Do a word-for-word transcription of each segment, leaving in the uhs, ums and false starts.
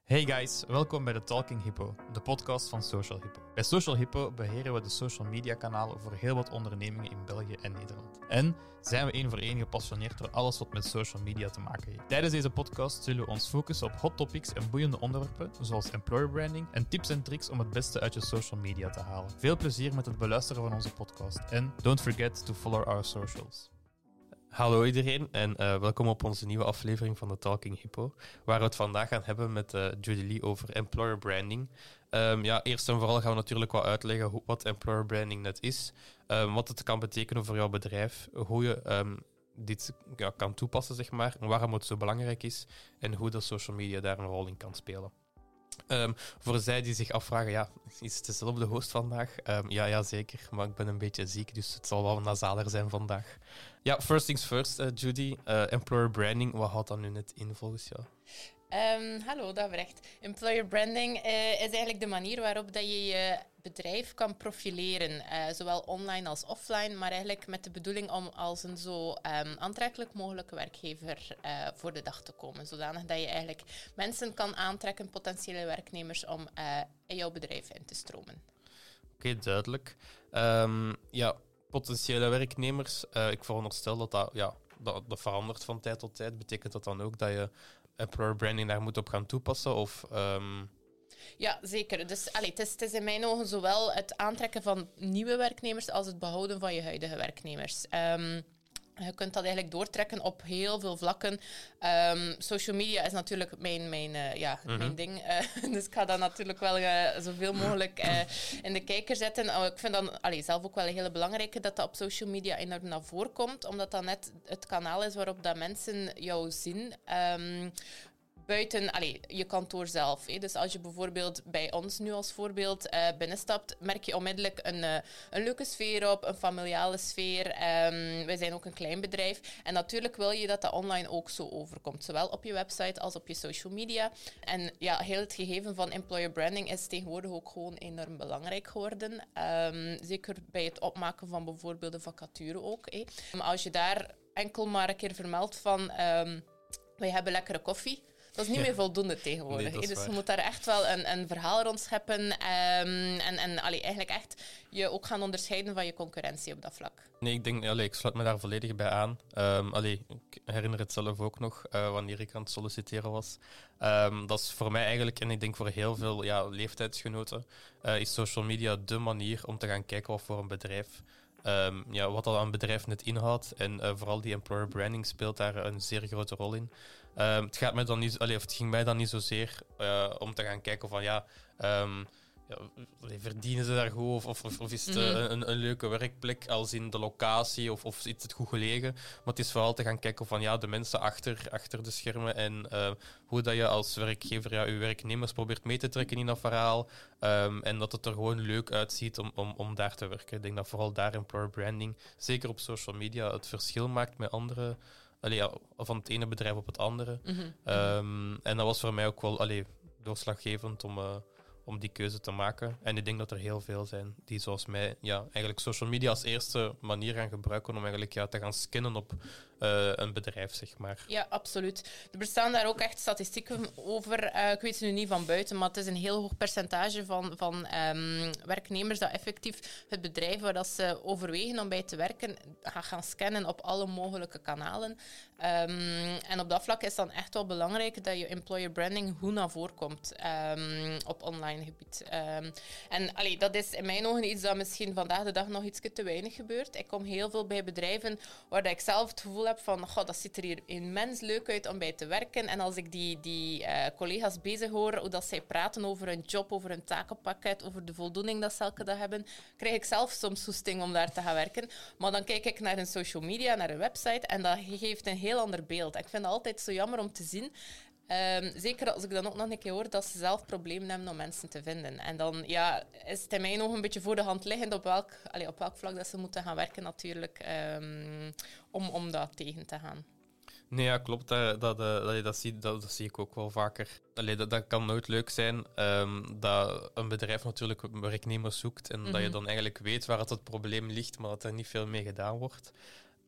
Hey guys, welkom bij de Talking Hippo, de podcast van Social Hippo. Bij Social Hippo beheren we de social media kanalen voor heel wat ondernemingen in België en Nederland. En zijn we één voor één gepassioneerd door alles wat met social media te maken heeft. Tijdens deze podcast zullen we ons focussen op hot topics en boeiende onderwerpen, zoals employer branding en tips en tricks om het beste uit je social media te halen. Veel plezier met het beluisteren van onze podcast en don't forget to follow our socials. Hallo iedereen en uh, welkom op onze nieuwe aflevering van de Talking Hippo, waar we het vandaag gaan hebben met uh, Judy Lee over employer branding. Um, ja, eerst en vooral gaan we natuurlijk wel uitleggen hoe, wat employer branding net is, um, wat het kan betekenen voor jouw bedrijf, hoe je um, dit ja, kan toepassen, zeg maar, en waarom het zo belangrijk is en hoe de social media daar een rol in kan spelen. Um, voor zij die zich afvragen, ja, is het dezelfde host vandaag? Um, ja, ja, zeker, maar ik ben een beetje ziek, dus het zal wel nasaler zijn vandaag. Ja, first things first, uh, Judy. Uh, employer branding, wat houdt dat nu net in volgens jou? Um, hallo, dat recht. Employer branding uh, is eigenlijk de manier waarop dat je je bedrijf kan profileren, uh, zowel online als offline, maar eigenlijk met de bedoeling om als een zo um, aantrekkelijk mogelijke werkgever uh, voor de dag te komen, zodanig dat je eigenlijk mensen kan aantrekken, potentiële werknemers, om uh, in jouw bedrijf in te stromen. Oké, okay, duidelijk. Um, ja, potentiële werknemers, uh, ik veronderstel dat dat, ja, dat dat verandert van tijd tot tijd. Betekent dat dan ook dat je employer branding daar moet op gaan toepassen? Of, um... Ja, zeker. Dus allee, het, is, het is in mijn ogen zowel het aantrekken van nieuwe werknemers als het behouden van je huidige werknemers. Um, Je kunt dat eigenlijk doortrekken op heel veel vlakken. Um, social media is natuurlijk mijn, mijn, uh, ja, mm-hmm. mijn ding. Uh, dus ik ga dat natuurlijk wel uh, zoveel mogelijk uh, in de kijker zetten. Uh, ik vind dat allee, zelf ook wel een hele belangrijke dat dat op social media enorm naar voren komt. Omdat dat net het kanaal is waarop dat mensen jou zien. Um, Buiten allee, je kantoor zelf. Hè. Dus als je bijvoorbeeld bij ons nu als voorbeeld uh, binnenstapt, merk je onmiddellijk een, uh, een leuke sfeer op, een familiale sfeer. Um, wij zijn ook een klein bedrijf. En natuurlijk wil je dat dat online ook zo overkomt. Zowel op je website als op je social media. En ja, heel het gegeven van employer branding is tegenwoordig ook gewoon enorm belangrijk geworden. Um, zeker bij het opmaken van bijvoorbeeld de vacature ook. Hè. Maar als je daar enkel maar een keer vermeldt van um, wij hebben lekkere koffie. Dat is niet meer voldoende tegenwoordig. Nee, dus je moet daar echt wel een, een verhaal rond scheppen. Um, en en allee, eigenlijk echt je ook gaan onderscheiden van je concurrentie op dat vlak. Nee, ik denk, allee, ik sluit me daar volledig bij aan. Um, allee, ik herinner het zelf ook nog, uh, wanneer ik aan het solliciteren was. Um, dat is voor mij eigenlijk, en ik denk voor heel veel ja, leeftijdsgenoten, uh, is social media dé manier om te gaan kijken wat voor een bedrijf... Um, ja, wat dat aan bedrijf net inhoudt. En uh, vooral die employer branding speelt daar een zeer grote rol in. Um, het, gaat mij dan niet, allee, of het ging mij dan niet zozeer uh, om te gaan kijken van ja... Um, Ja, verdienen ze daar goed of, of, of is het mm-hmm. een, een leuke werkplek als in de locatie of, of is het goed gelegen. Maar het is vooral te gaan kijken van ja, de mensen achter, achter de schermen en uh, hoe dat je als werkgever ja, je werknemers probeert mee te trekken in dat verhaal. Um, en dat het er gewoon leuk uitziet om, om, om daar te werken. Ik denk dat vooral daar employer branding, zeker op social media, het verschil maakt met andere... Allee, ja, van het ene bedrijf op het andere. Mm-hmm. Um, en dat was voor mij ook wel allee, doorslaggevend om... Uh, om die keuze te maken. En ik denk dat er heel veel zijn die zoals mij ja, eigenlijk social media als eerste manier gaan gebruiken om eigenlijk ja, te gaan scannen op uh, een bedrijf, zeg maar. Ja, absoluut. Er bestaan daar ook echt statistieken over. Uh, ik weet ze nu niet van buiten, maar het is een heel hoog percentage van, van um, werknemers dat effectief het bedrijf waar dat ze overwegen om bij te werken gaan, gaan scannen op alle mogelijke kanalen. Um, en op dat vlak is dan echt wel belangrijk dat je employer branding goed naar voren komt um, op online gebied. Um, en allee, dat is in mijn ogen iets dat misschien vandaag de dag nog iets te weinig gebeurt. Ik kom heel veel bij bedrijven waar dat ik zelf het gevoel heb van goh, dat ziet er hier immens leuk uit om bij te werken. En als ik die, die uh, collega's bezig hoor, hoe dat zij praten over hun job, over hun takenpakket, over de voldoening dat ze elke dag hebben, krijg ik zelf soms goesting om daar te gaan werken. Maar dan kijk ik naar hun social media, naar hun website en dat geeft een heel ander beeld. Ik vind het altijd zo jammer om te zien. Um, zeker als ik dan ook nog een keer hoor dat ze zelf problemen hebben om mensen te vinden. En dan ja, is het in mijn ogen een beetje voor de hand liggend op welk, allee, op welk vlak dat ze moeten gaan werken natuurlijk, um, om, om dat tegen te gaan. Nee, ja, klopt. Dat, dat, dat, dat, zie, dat, dat zie ik ook wel vaker. Allee, dat, dat kan nooit leuk zijn um, dat een bedrijf natuurlijk werknemers zoekt en mm-hmm. dat je dan eigenlijk weet waar het, het probleem ligt, maar dat er niet veel mee gedaan wordt.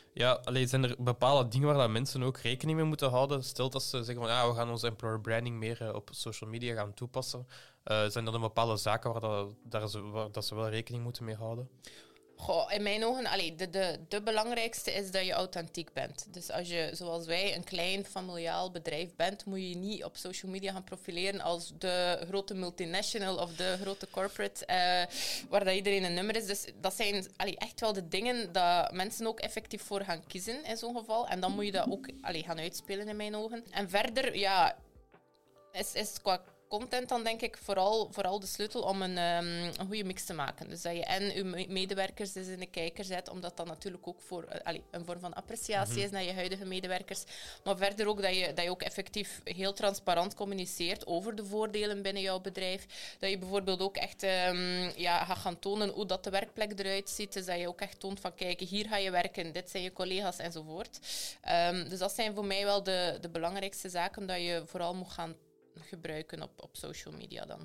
Ja, allee, zijn er bepaalde dingen waar dat mensen ook rekening mee moeten houden? Stel dat ze zeggen van ja, we gaan onze employer branding meer uh, op social media gaan toepassen. Uh, zijn er dan bepaalde zaken waar, dat, daar ze, waar dat ze wel rekening moeten mee houden? Goh, in mijn ogen, allee, de, de, de belangrijkste is dat je authentiek bent. Dus als je, zoals wij, een klein familiaal bedrijf bent, moet je je niet op social media gaan profileren als de grote multinational of de grote corporate, uh, waar dat iedereen een nummer is. Dus dat zijn allee, echt wel de dingen dat mensen ook effectief voor gaan kiezen in zo'n geval. En dan moet je dat ook allee, gaan uitspelen in mijn ogen. En verder, ja, is, is qua content dan denk ik vooral, vooral de sleutel om een, um, een goede mix te maken. Dus dat je en je medewerkers dus in de kijker zet, omdat dat natuurlijk ook voor uh, allee, een vorm van appreciatie mm-hmm. is naar je huidige medewerkers. Maar verder ook dat je, dat je ook effectief heel transparant communiceert over de voordelen binnen jouw bedrijf. Dat je bijvoorbeeld ook echt um, ja, gaat gaan tonen hoe dat de werkplek eruit ziet. Dus dat je ook echt toont van kijk, hier ga je werken, dit zijn je collega's enzovoort. Um, dus dat zijn voor mij wel de, de belangrijkste zaken dat je vooral moet gaan gebruiken op, op social media dan.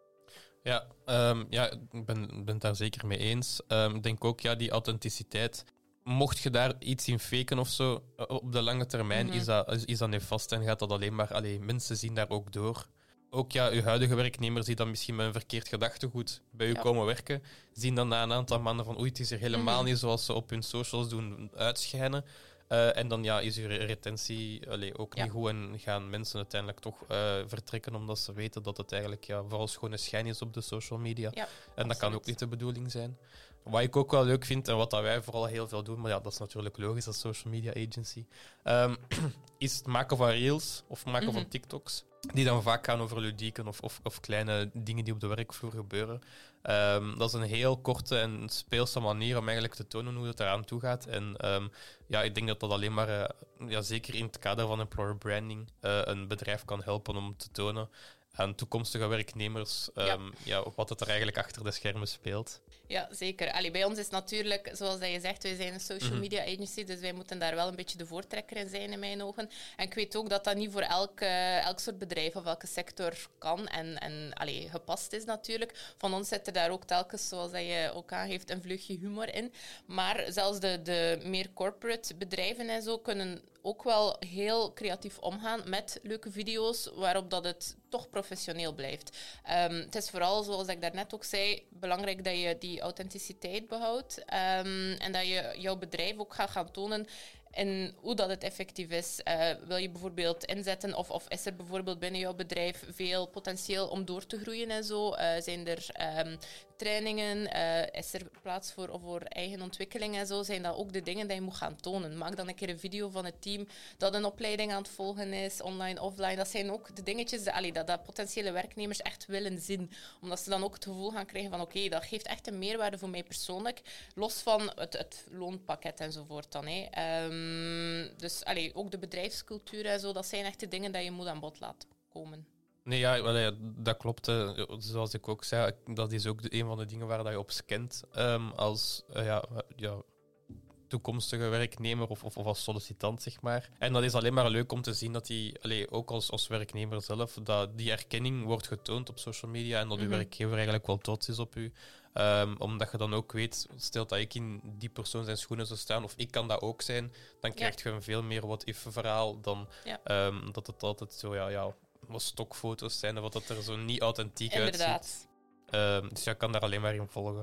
Ja, um, ja ik ben, ben het daar zeker mee eens. Ik um, denk ook, ja, die authenticiteit. Mocht je daar iets in faken of zo, op de lange termijn mm-hmm. is, dat, is, is dat nefast en gaat dat alleen maar... Allee, mensen zien daar ook door. Ook ja, uw huidige werknemers die dan misschien met een verkeerd gedachtegoed bij u ja. komen werken, zien dan na een aantal maanden van oei, het is er helemaal mm-hmm. niet zoals ze op hun socials doen uitschijnen. Uh, en dan ja, is uw retentie allee, ook ja. niet goed en gaan mensen uiteindelijk toch uh, vertrekken omdat ze weten dat het eigenlijk ja, vooral schone schijn is op de social media. Ja, en absoluut. Dat kan ook niet de bedoeling zijn. Wat ik ook wel leuk vind en wat dat wij vooral heel veel doen, maar ja, dat is natuurlijk logisch als social media agency, um, is het maken van reels of maken mm-hmm. van TikToks. Die dan vaak gaan over ludieken of, of, of kleine dingen die op de werkvloer gebeuren. Um, dat is een heel korte en speelse manier om eigenlijk te tonen hoe het eraan toe gaat. En um, ja, ik denk dat dat alleen maar, uh, ja, zeker in het kader van employer branding, uh, een bedrijf kan helpen om te tonen aan toekomstige werknemers um, ja. Ja, wat het er eigenlijk achter de schermen speelt. Ja, zeker. Allee, bij ons is natuurlijk, zoals dat je zegt, wij zijn een social media agency, dus wij moeten daar wel een beetje de voortrekker in zijn, in mijn ogen. En ik weet ook dat dat niet voor elk, uh, elk soort bedrijf of elke sector kan en, en allee, gepast is natuurlijk. Van ons zit er daar ook telkens, zoals dat je ook aangeeft, een vleugje humor in. Maar zelfs de, de meer corporate bedrijven en zo kunnen ook wel heel creatief omgaan met leuke video's, waarop dat het toch professioneel blijft. Um, het is vooral, zoals ik daarnet ook zei, belangrijk dat je die authenticiteit behoudt um, en dat je jouw bedrijf ook gaat gaan tonen en hoe dat het effectief is. Uh, wil je bijvoorbeeld inzetten of, of is er bijvoorbeeld binnen jouw bedrijf veel potentieel om door te groeien en zo? Uh, zijn er um, trainingen? Uh, is er plaats voor, voor eigen ontwikkeling en zo? Zijn dat ook de dingen die je moet gaan tonen? Maak dan een keer een video van het team dat een opleiding aan het volgen is, online, offline. Dat zijn ook de dingetjes dat, allee, dat, dat potentiële werknemers echt willen zien. Omdat ze dan ook het gevoel gaan krijgen van oké, okay, dat geeft echt een meerwaarde voor mij persoonlijk. Los van het, het loonpakket enzovoort dan. Hè. Um, dus allee, ook de bedrijfscultuur en zo, dat zijn echt de dingen die je moet aan bod laten komen. Nee, ja, well, ja dat klopt. Hè. Zoals ik ook zei, dat is ook de, een van de dingen waar dat je op scant um, als uh, ja, ja, toekomstige werknemer of, of, of als sollicitant, zeg maar. En dat is alleen maar leuk om te zien dat die, allee, ook als, als werknemer zelf, dat die erkenning wordt getoond op social media en dat mm-hmm. uw werkgever eigenlijk wel trots is op u. Um, omdat je dan ook weet, stel dat ik in die persoon zijn schoenen zou staan, of ik kan dat ook zijn, dan krijg je ja. een veel meer what-if-verhaal dan ja. um, dat het altijd zo, ja, ja, wat stokfoto's zijn, of wat dat er zo niet authentiek Inderdaad. uitziet. Um, dus je kan daar alleen maar in volgen.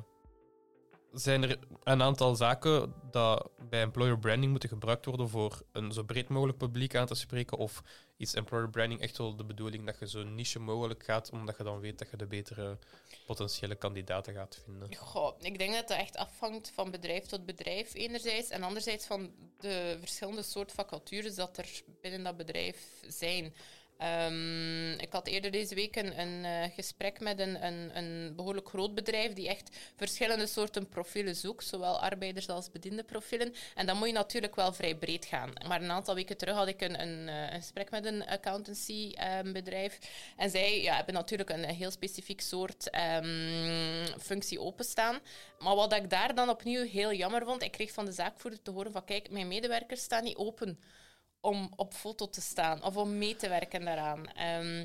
Zijn er een aantal zaken dat bij employer branding moeten gebruikt worden voor een zo breed mogelijk publiek aan te spreken? Of is employer branding echt wel de bedoeling dat je zo niche mogelijk gaat, omdat je dan weet dat je de betere potentiële kandidaten gaat vinden? Goh, ik denk dat dat echt afhangt van bedrijf tot bedrijf enerzijds en anderzijds van de verschillende soort vacatures dat er binnen dat bedrijf zijn. Um, ik had eerder deze week een, een uh, gesprek met een, een, een behoorlijk groot bedrijf die echt verschillende soorten profielen zoekt, zowel arbeiders als bediendenprofielen. En dan moet je natuurlijk wel vrij breed gaan. Maar een aantal weken terug had ik een, een, een gesprek met een accountancy-bedrijf. Um, en zij ja, hebben natuurlijk een, een heel specifiek soort um, functie openstaan. Maar wat ik daar dan opnieuw heel jammer vond, ik kreeg van de zaakvoerder te horen van kijk, mijn medewerkers staan niet open om op foto te staan of om mee te werken daaraan. Um,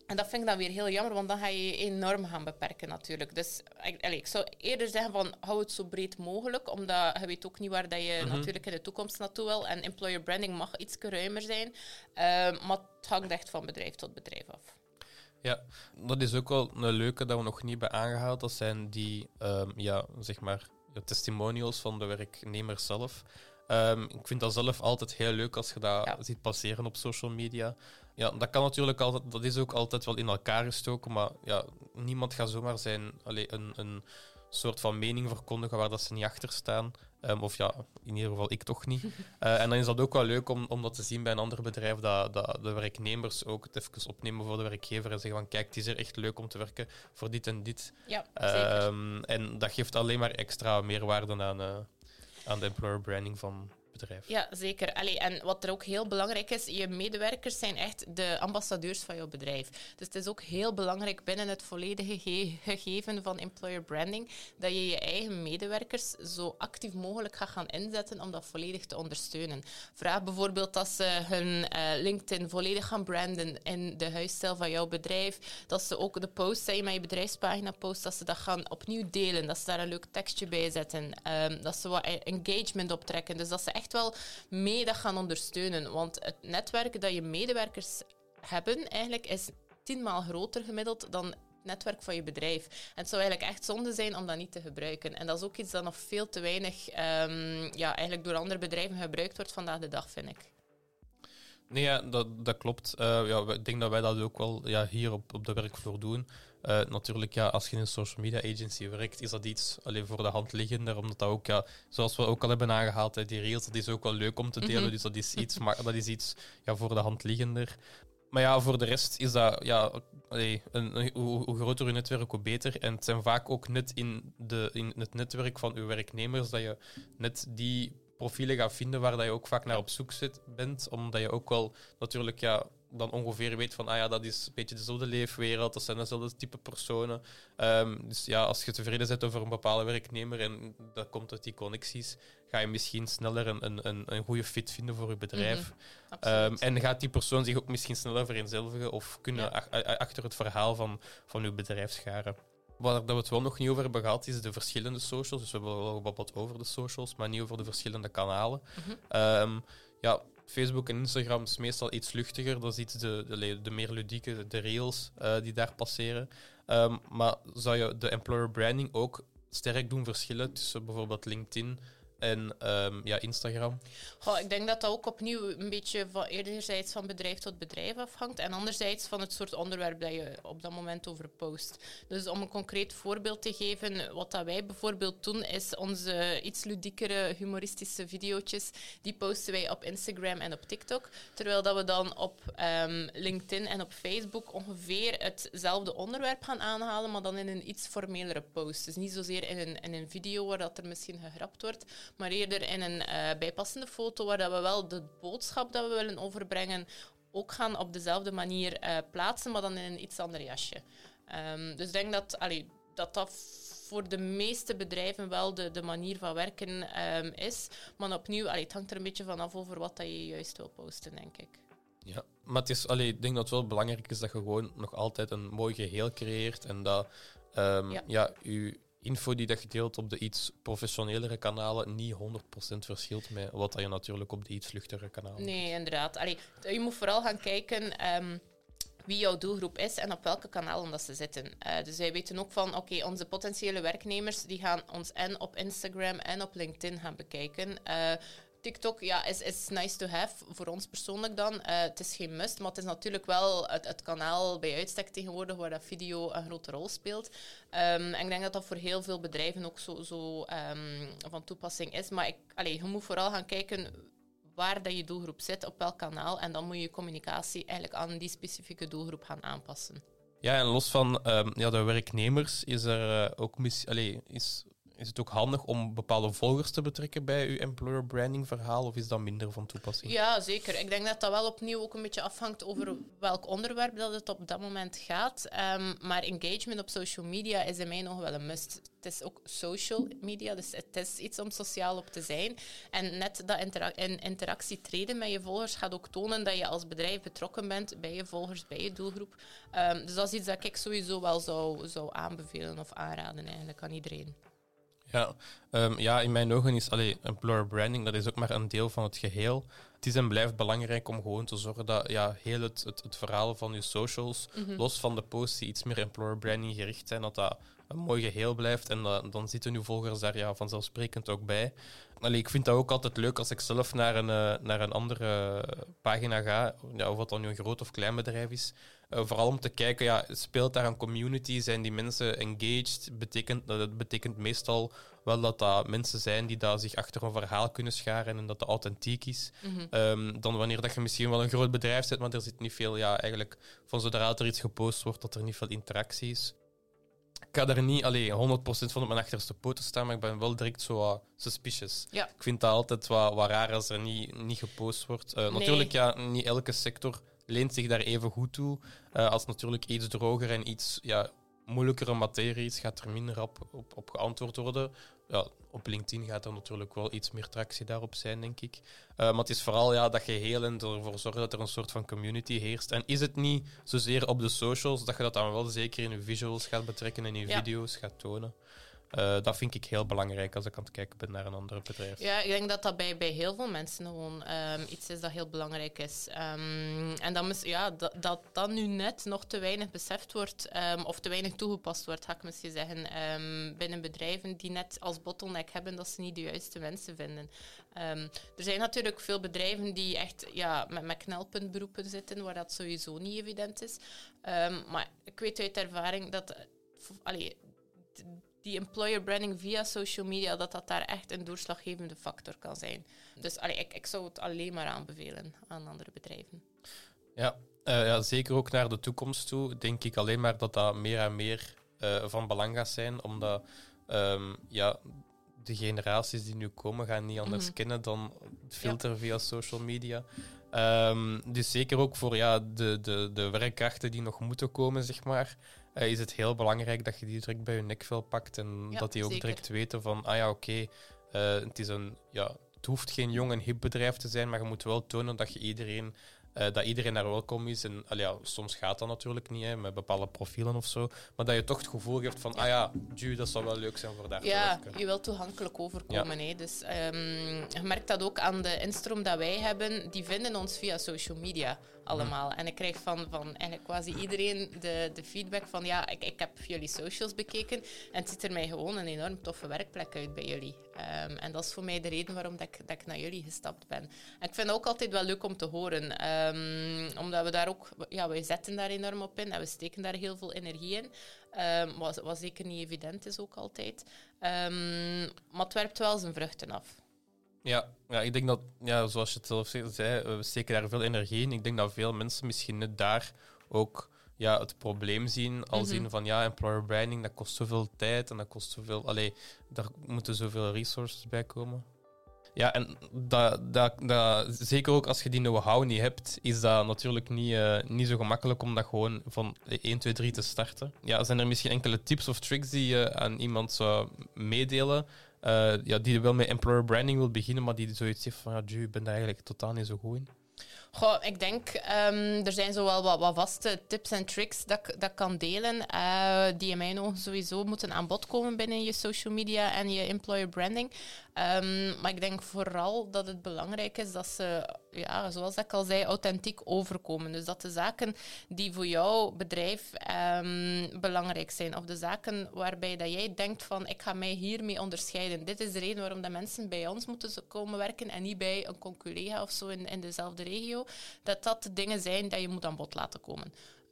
En dat vind ik dan weer heel jammer, want dan ga je je enorm gaan beperken natuurlijk. Dus ik, allez, ik zou eerder zeggen van hou het zo breed mogelijk, omdat je weet ook niet waar dat je Mhm. natuurlijk in de toekomst naartoe wil. En employer branding mag iets ruimer zijn, uh, maar het hangt echt van bedrijf tot bedrijf af. Ja, dat is ook wel een leuke dat we nog niet hebben aangehaald. Dat zijn die, um, ja, zeg maar, de testimonials van de werknemers zelf. Um, ik vind dat zelf altijd heel leuk als je dat Ja. ziet passeren op social media. Ja, dat kan natuurlijk altijd, dat is ook altijd wel in elkaar gestoken, maar ja, niemand gaat zomaar zijn, allee, een, een soort van mening verkondigen waar dat ze niet achter staan. Um, of ja, in ieder geval ik toch niet. Uh, en dan is dat ook wel leuk om, om dat te zien bij een ander bedrijf, dat, dat de werknemers ook het even opnemen voor de werkgever en zeggen van kijk, het is er echt leuk om te werken voor dit en dit. Ja, zeker. Um, en dat geeft alleen maar extra meerwaarde aan, uh, aan de employer branding van het bedrijf. Ja, zeker. Allee, en wat er ook heel belangrijk is, je medewerkers zijn echt de ambassadeurs van jouw bedrijf. Dus het is ook heel belangrijk binnen het volledige ge- gegeven van employer branding dat je je eigen medewerkers zo actief mogelijk gaat gaan inzetten om dat volledig te ondersteunen. Vraag bijvoorbeeld dat ze hun uh, LinkedIn volledig gaan branden in de huisstijl van jouw bedrijf. Dat ze ook de posts die je met je bedrijfspagina post, dat ze dat gaan opnieuw delen. Dat ze daar een leuk tekstje bij zetten. Um, dat ze wat engagement optrekken. Dus dat ze echt wel mee dat gaan ondersteunen. Want het netwerk dat je medewerkers hebben, eigenlijk is tienmaal groter gemiddeld dan het netwerk van je bedrijf. En het zou eigenlijk echt zonde zijn om dat niet te gebruiken. En dat is ook iets dat nog veel te weinig um, ja, eigenlijk door andere bedrijven gebruikt wordt vandaag de dag, vind ik. Nee, ja, dat, dat klopt. Uh, ja, ik denk dat wij dat ook wel ja, hier op, op de werkvloer doen. Uh, natuurlijk, ja, als je in een social media agency werkt, is dat iets alleen voor de hand liggender. Omdat dat ook, ja, zoals we ook al hebben aangehaald, hè, die reels, dat is ook wel leuk om te delen. Mm-hmm. Dus dat is iets, maar, dat is iets ja, voor de hand liggender. Maar ja, voor de rest is dat, ja, allee, een, een, hoe, hoe groter je netwerk, hoe beter. En het zijn vaak ook net in, de, in het netwerk van je werknemers dat je net die profielen gaat vinden waar dat je ook vaak naar op zoek zit, bent. Omdat je ook wel natuurlijk ja, dan ongeveer weet van, ah ja, dat is een beetje dezelfde leefwereld, dat zijn dezelfde type personen. Um, dus ja, als je tevreden bent over een bepaalde werknemer en dat komt uit die connecties, ga je misschien sneller een, een, een, een goede fit vinden voor je bedrijf. Mm-hmm. Um, en gaat die persoon zich ook misschien sneller vereenzelvigen of kunnen ja. ach- achter het verhaal van, van je bedrijf scharen. Waar we het wel nog niet over hebben gehad, is de verschillende socials. Dus we hebben wel gebabbeld over de socials, maar niet over de verschillende kanalen. Mm-hmm. Um, ja, Facebook en Instagram is meestal iets luchtiger. Dat is iets de, de, de meer ludieke, de reels uh, die daar passeren. Um, maar zou je de employer branding ook sterk doen verschillen tussen bijvoorbeeld LinkedIn en um, ja, Instagram? Goh, ik denk dat dat ook opnieuw een beetje van enerzijds van bedrijf tot bedrijf afhangt en anderzijds van het soort onderwerp dat je op dat moment over post. Dus om een concreet voorbeeld te geven, wat dat wij bijvoorbeeld doen, is onze iets ludiekere humoristische video's, die posten wij op Instagram en op TikTok, terwijl dat we dan op um, LinkedIn en op Facebook ongeveer hetzelfde onderwerp gaan aanhalen, maar dan in een iets formelere post. Dus niet zozeer in een, in een video waar dat er misschien gegrapt wordt, maar eerder in een uh, bijpassende foto waar dat we wel de boodschap dat we willen overbrengen ook gaan op dezelfde manier uh, plaatsen, maar dan in een iets ander jasje. Um, dus ik denk dat, allee, dat dat voor de meeste bedrijven wel de, de manier van werken um, is. Maar opnieuw, allee, het hangt er een beetje vanaf over wat dat je juist wil posten, denk ik. Ja, maar het is, allee, ik denk dat het wel belangrijk is dat je gewoon nog altijd een mooi geheel creëert en dat um, ja. ja, je info die dat je deelt op de iets professionelere kanalen niet honderd procent verschilt met wat je natuurlijk op de iets vluchtigere kanalen doet. Nee, inderdaad. Allee, je moet vooral gaan kijken um, wie jouw doelgroep is en op welke kanalen dat ze zitten. Uh, dus wij weten ook van, oké, okay, onze potentiële werknemers die gaan ons en op Instagram en op LinkedIn gaan bekijken. Uh, TikTok ja, is, is nice to have, voor ons persoonlijk dan. Uh, het is geen must, maar het is natuurlijk wel het, het kanaal bij uitstek tegenwoordig waar dat video een grote rol speelt. Um, en ik denk dat dat voor heel veel bedrijven ook zo, zo um, van toepassing is. Maar ik, allez, je moet vooral gaan kijken waar dat je doelgroep zit, op welk kanaal. En dan moet je je communicatie eigenlijk aan die specifieke doelgroep gaan aanpassen. Ja, en los van um, ja, de werknemers is er uh, ook mis- allez, is is het ook handig om bepaalde volgers te betrekken bij uw employer branding verhaal, of is dat minder van toepassing? Ja, zeker. Ik denk dat dat wel opnieuw ook een beetje afhangt over welk onderwerp dat het op dat moment gaat. Um, maar engagement op social media is in mij nog wel een must. Het is ook social media, dus het is iets om sociaal op te zijn. En net dat intera- in interactie treden met je volgers gaat ook tonen dat je als bedrijf betrokken bent bij je volgers, bij je doelgroep. Um, dus dat is iets dat ik sowieso wel zou, zou aanbevelen of aanraden eigenlijk aan iedereen. Ja, um, ja, in mijn ogen is allee, employer branding, dat is ook maar een deel van het geheel. Het is en blijft belangrijk om gewoon te zorgen dat ja, heel het, het, het verhaal van je socials, mm-hmm. los van de posts die iets meer employer branding gericht zijn, dat dat een mooi geheel blijft. En uh, dan zitten uw volgers daar ja, vanzelfsprekend ook bij. Allee, ik vind dat ook altijd leuk als ik zelf naar een, uh, naar een andere pagina ga, ja, of wat dan nu een groot of klein bedrijf is. Uh, vooral om te kijken, ja, speelt daar een community? Zijn die mensen engaged? Betekent, dat betekent meestal wel dat dat mensen zijn die daar zich achter een verhaal kunnen scharen en dat dat authentiek is. Mm-hmm. Um, dan wanneer dat je misschien wel een groot bedrijf zit, maar er zit niet veel, ja, eigenlijk van zodra er iets gepost wordt, dat er niet veel interactie is. Ik ga daar niet allee, honderd procent van op mijn achterste poten staan, maar ik ben wel direct zo uh, suspicious. Ja. Ik vind dat altijd wat, wat raar als er niet, niet gepost wordt. Uh, Nee. Natuurlijk, ja, niet elke sector leent zich daar even goed toe. Uh, als natuurlijk iets droger en iets ja, moeilijkere materie is, gaat er minder op, op, op geantwoord worden. Ja, op LinkedIn gaat er natuurlijk wel iets meer tractie daarop zijn, denk ik. Uh, maar het is vooral ja, dat geheel en ervoor zorgen dat er een soort van community heerst. En is het niet zozeer op de socials, dat je dat dan wel zeker in je visuals gaat betrekken en in je Ja. video's gaat tonen. Uh, dat vind ik heel belangrijk als ik aan het kijken ben naar een ander bedrijf. Ja, ik denk dat dat bij, bij heel veel mensen gewoon um, iets is dat heel belangrijk is. Um, en dat, mis, ja, dat, dat dat nu net nog te weinig beseft wordt, um, of te weinig toegepast wordt, ga ik misschien zeggen, um, binnen bedrijven die net als bottleneck hebben dat ze niet de juiste mensen vinden. Um, er zijn natuurlijk veel bedrijven die echt ja, met, met knelpuntberoepen zitten, waar dat sowieso niet evident is. Um, maar ik weet uit ervaring dat... Allee, die employer branding via social media, dat dat daar echt een doorslaggevende factor kan zijn. Dus allee, ik, ik zou het alleen maar aanbevelen aan andere bedrijven. Ja, uh, ja, zeker ook naar de toekomst toe denk ik alleen maar dat dat meer en meer uh, van belang gaat zijn, omdat um, ja, de generaties die nu komen gaan niet anders mm-hmm. kennen dan het filter ja. via social media. Um, dus zeker ook voor ja, de, de, de werkkrachten die nog moeten komen, zeg maar, uh, is het heel belangrijk dat je die direct bij je nekvel pakt en ja, dat die ook zeker. direct weten van, ah ja, oké, okay, uh, het is een, ja, het hoeft geen jong en hip bedrijf te zijn, maar je moet wel tonen dat je iedereen, uh, dat iedereen daar welkom is. En allee, ja, soms gaat dat natuurlijk niet, hè, met bepaalde profielen of zo, maar dat je toch het gevoel geeft van, ah ja, Ju, dat zou wel leuk zijn voor daar ja, te werken. Je wilt toegankelijk overkomen. Ja. Hè. Dus, um, je merkt dat ook aan de instroom dat wij hebben, die vinden ons via social media allemaal. En ik krijg van, van eigenlijk quasi iedereen de, de feedback van ja, ik, ik heb jullie socials bekeken en het ziet er mij gewoon een enorm toffe werkplek uit bij jullie. Um, en dat is voor mij de reden waarom dat ik, dat ik naar jullie gestapt ben. En ik vind het ook altijd wel leuk om te horen. Um, omdat we daar ook... Ja, wij zetten daar enorm op in en we steken daar heel veel energie in. Um, wat, wat zeker niet evident is ook altijd. Um, maar het werpt wel zijn vruchten af. Ja, ja, ik denk dat, ja, zoals je het zelf zei, we steken daar veel energie in. Ik denk dat veel mensen misschien net daar ook ja, het probleem zien. Al mm-hmm. zien van, ja, employer branding, dat kost zoveel tijd en dat kost zoveel... Allee, daar moeten zoveel resources bij komen. Ja, en dat, dat, dat, zeker ook als je die know-how niet hebt, is dat natuurlijk niet, uh, niet zo gemakkelijk om dat gewoon van één, twee, drie te starten. Ja, zijn er misschien enkele tips of tricks die je aan iemand zou meedelen? Uh, ja, die wel met employer branding wil beginnen, maar die zoiets heeft van, ja, Ju, ik ben daar eigenlijk totaal niet zo goed in. Goh, ik denk, um, er zijn zo wel wat, wat vaste tips en tricks dat ik dat kan delen, uh, die in mijn ogen sowieso moeten aan bod komen binnen je social media en je employer branding. Um, maar ik denk vooral dat het belangrijk is dat ze, ja, zoals ik al zei, authentiek overkomen. Dus dat de zaken die voor jouw bedrijf um, belangrijk zijn, of de zaken waarbij dat jij denkt van, ik ga mij hiermee onderscheiden. Dit is de reden waarom de mensen bij ons moeten komen werken en niet bij een collega of zo in, in dezelfde regio. Dat dat de dingen zijn die je moet aan bod laten komen.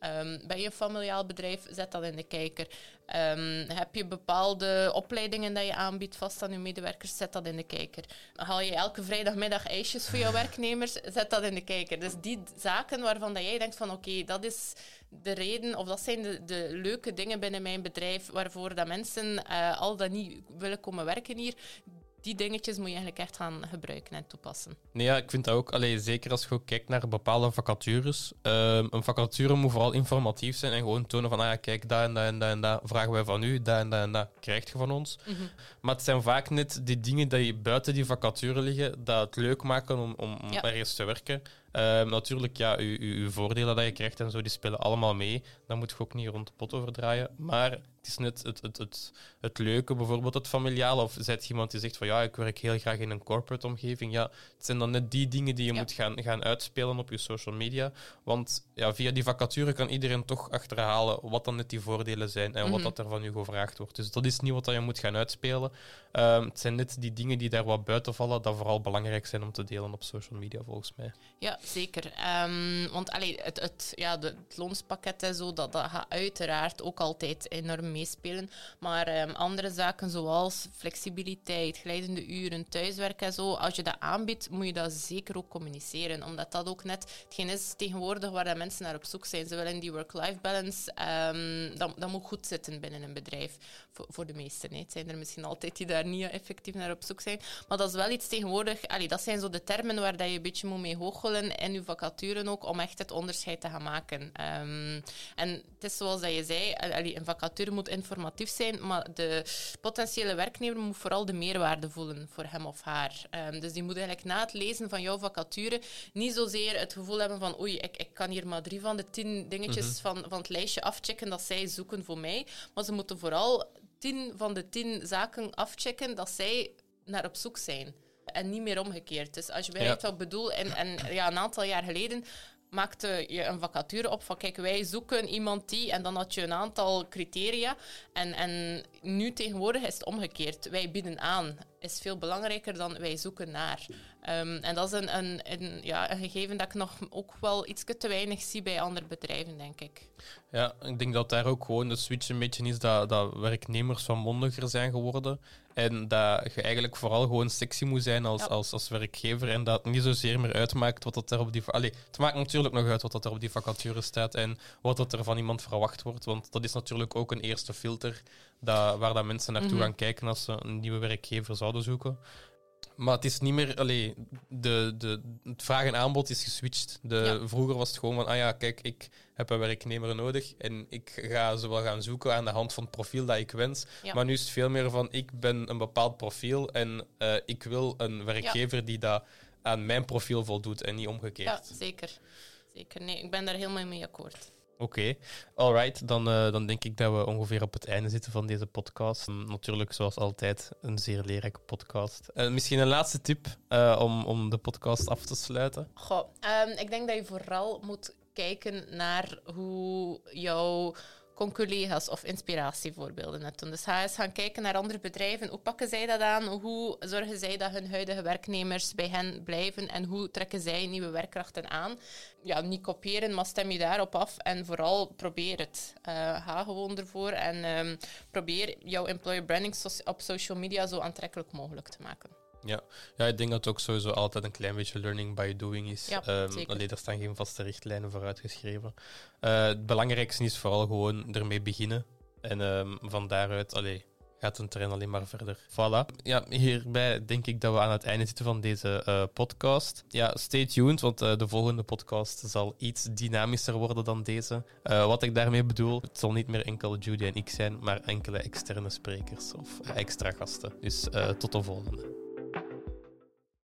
Um, ben je een familiaal bedrijf? Zet dat in de kijker. Um, heb je bepaalde opleidingen dat je aanbiedt vast aan je medewerkers? Zet dat in de kijker. Haal je elke vrijdagmiddag ijsjes voor jouw werknemers? Zet dat in de kijker. Dus die zaken waarvan dat jij denkt van oké, okay, dat is de reden, of dat zijn de, de leuke dingen binnen mijn bedrijf waarvoor dat mensen uh, al dan niet willen komen werken hier. Die dingetjes moet je eigenlijk echt gaan gebruiken en toepassen. Nee, ja, ik vind dat ook, allee, zeker als je ook kijkt naar bepaalde vacatures. Um, een vacature moet vooral informatief zijn en gewoon tonen van, ah ja, kijk, dat en dat en dat en dat vragen wij van u, dat en dat en dat krijg je van ons. Mm-hmm. Maar het zijn vaak net die dingen die buiten die vacature liggen, dat het leuk maken om, om ja. ergens te werken. Um, natuurlijk, ja, uw, uw, uw voordelen dat je krijgt en zo, die spelen allemaal mee. Daar moet je ook niet rond de pot over draaien. Maar het is net het, het, het, het leuke, bijvoorbeeld het familiale. Of zijt je iemand die zegt van ja, ik werk heel graag in een corporate omgeving. Ja, het zijn dan net die dingen die je ja. moet gaan, gaan uitspelen op je social media. Want ja, via die vacature kan iedereen toch achterhalen wat dan net die voordelen zijn en mm-hmm. wat dat er van u gevraagd wordt. Dus dat is niet wat je moet gaan uitspelen. Um, het zijn net die dingen die daar wat buiten vallen, dat vooral belangrijk zijn om te delen op social media, volgens mij. Ja, zeker. Um, want allee, het, het, ja, de, het loonspakket en zo, dat, dat gaat uiteraard ook altijd enorm meespelen. Maar um, andere zaken zoals flexibiliteit, glijdende uren, thuiswerk en zo, als je dat aanbiedt, moet je dat zeker ook communiceren. Omdat dat ook net hetgeen is tegenwoordig waar de mensen naar op zoek zijn. Ze willen die work-life balance, um, dat, dat moet goed zitten binnen een bedrijf. Voor, voor de meesten. Hè. Het zijn er misschien altijd die daar niet effectief naar op zoek zijn. Maar dat is wel iets tegenwoordig, allee, dat zijn zo de termen waar dat je een beetje moet mee goochelen in je vacaturen ook, om echt het onderscheid te gaan maken. Um, en het is zoals dat je zei, allee, een vacature moet informatief zijn, maar de potentiële werknemer moet vooral de meerwaarde voelen voor hem of haar. Um, dus die moet eigenlijk na het lezen van jouw vacature niet zozeer het gevoel hebben van oei, ik, ik kan hier maar drie van de tien dingetjes mm-hmm. van, van het lijstje afchecken dat zij zoeken voor mij. Maar ze moeten vooral tien van de tien zaken afchecken dat zij naar op zoek zijn. En niet meer omgekeerd. Dus als je begrijpt ja. wat ik bedoel, en, en ja, een aantal jaar geleden maakte je een vacature op van kijk, wij zoeken iemand die, en dan had je een aantal criteria. En, en nu tegenwoordig is het omgekeerd. Wij bieden aan. Is veel belangrijker dan wij zoeken naar. Um, en dat is een, een, een, ja, een gegeven dat ik nog ook wel iets te weinig zie bij andere bedrijven, denk ik. Ja, ik denk dat daar ook gewoon de switch een beetje is dat, dat werknemers van mondiger zijn geworden. En dat je eigenlijk vooral gewoon sexy moet zijn als, ja. als, als werkgever. En dat het niet zozeer meer uitmaakt wat dat er op die... Allee, het maakt natuurlijk nog uit wat dat er op die vacature staat en wat dat er van iemand verwacht wordt. Want dat is natuurlijk ook een eerste filter dat, waar dat mensen naartoe mm-hmm. gaan kijken als ze een nieuwe werkgever zouden zoeken. Maar het is niet meer... Allee, de, de, het vraag en aanbod is geswitcht. De, ja. Vroeger was het gewoon van, ah ja, kijk, ik heb een werknemer nodig en ik ga ze wel gaan zoeken aan de hand van het profiel dat ik wens. Ja. Maar nu is het veel meer van, ik ben een bepaald profiel en uh, ik wil een werkgever ja. die dat aan mijn profiel voldoet en niet omgekeerd. Ja, zeker. Zeker. Nee, ik ben daar helemaal mee akkoord. Oké, okay. Alright. Dan, uh, dan denk ik dat we ongeveer op het einde zitten van deze podcast. Um, natuurlijk, zoals altijd, een zeer leerrijke podcast. Uh, misschien een laatste tip uh, om, om de podcast af te sluiten? Goh, um, ik denk dat je vooral moet kijken naar hoe jouw collega's of inspiratievoorbeelden net doen. Dus ga eens gaan kijken naar andere bedrijven. Hoe pakken zij dat aan? Hoe zorgen zij dat hun huidige werknemers bij hen blijven? En hoe trekken zij nieuwe werkkrachten aan? Ja, niet kopiëren, maar stem je daarop af. En vooral probeer het. Uh, ga gewoon ervoor en um, probeer jouw employer branding so- op social media zo aantrekkelijk mogelijk te maken. Ja. ja, ik denk dat het ook sowieso altijd een klein beetje learning by doing is. Ja, um, alleen er staan geen vaste richtlijnen voor uitgeschreven. Uh, het belangrijkste is vooral gewoon ermee beginnen. En um, van daaruit allee, gaat een trend alleen maar verder. Voilà. Ja, hierbij denk ik dat we aan het einde zitten van deze uh, podcast. Ja, stay tuned, want uh, de volgende podcast zal iets dynamischer worden dan deze. Uh, wat ik daarmee bedoel, het zal niet meer enkel Judy en ik zijn, maar enkele externe sprekers of uh, extra gasten. Dus uh, tot de volgende.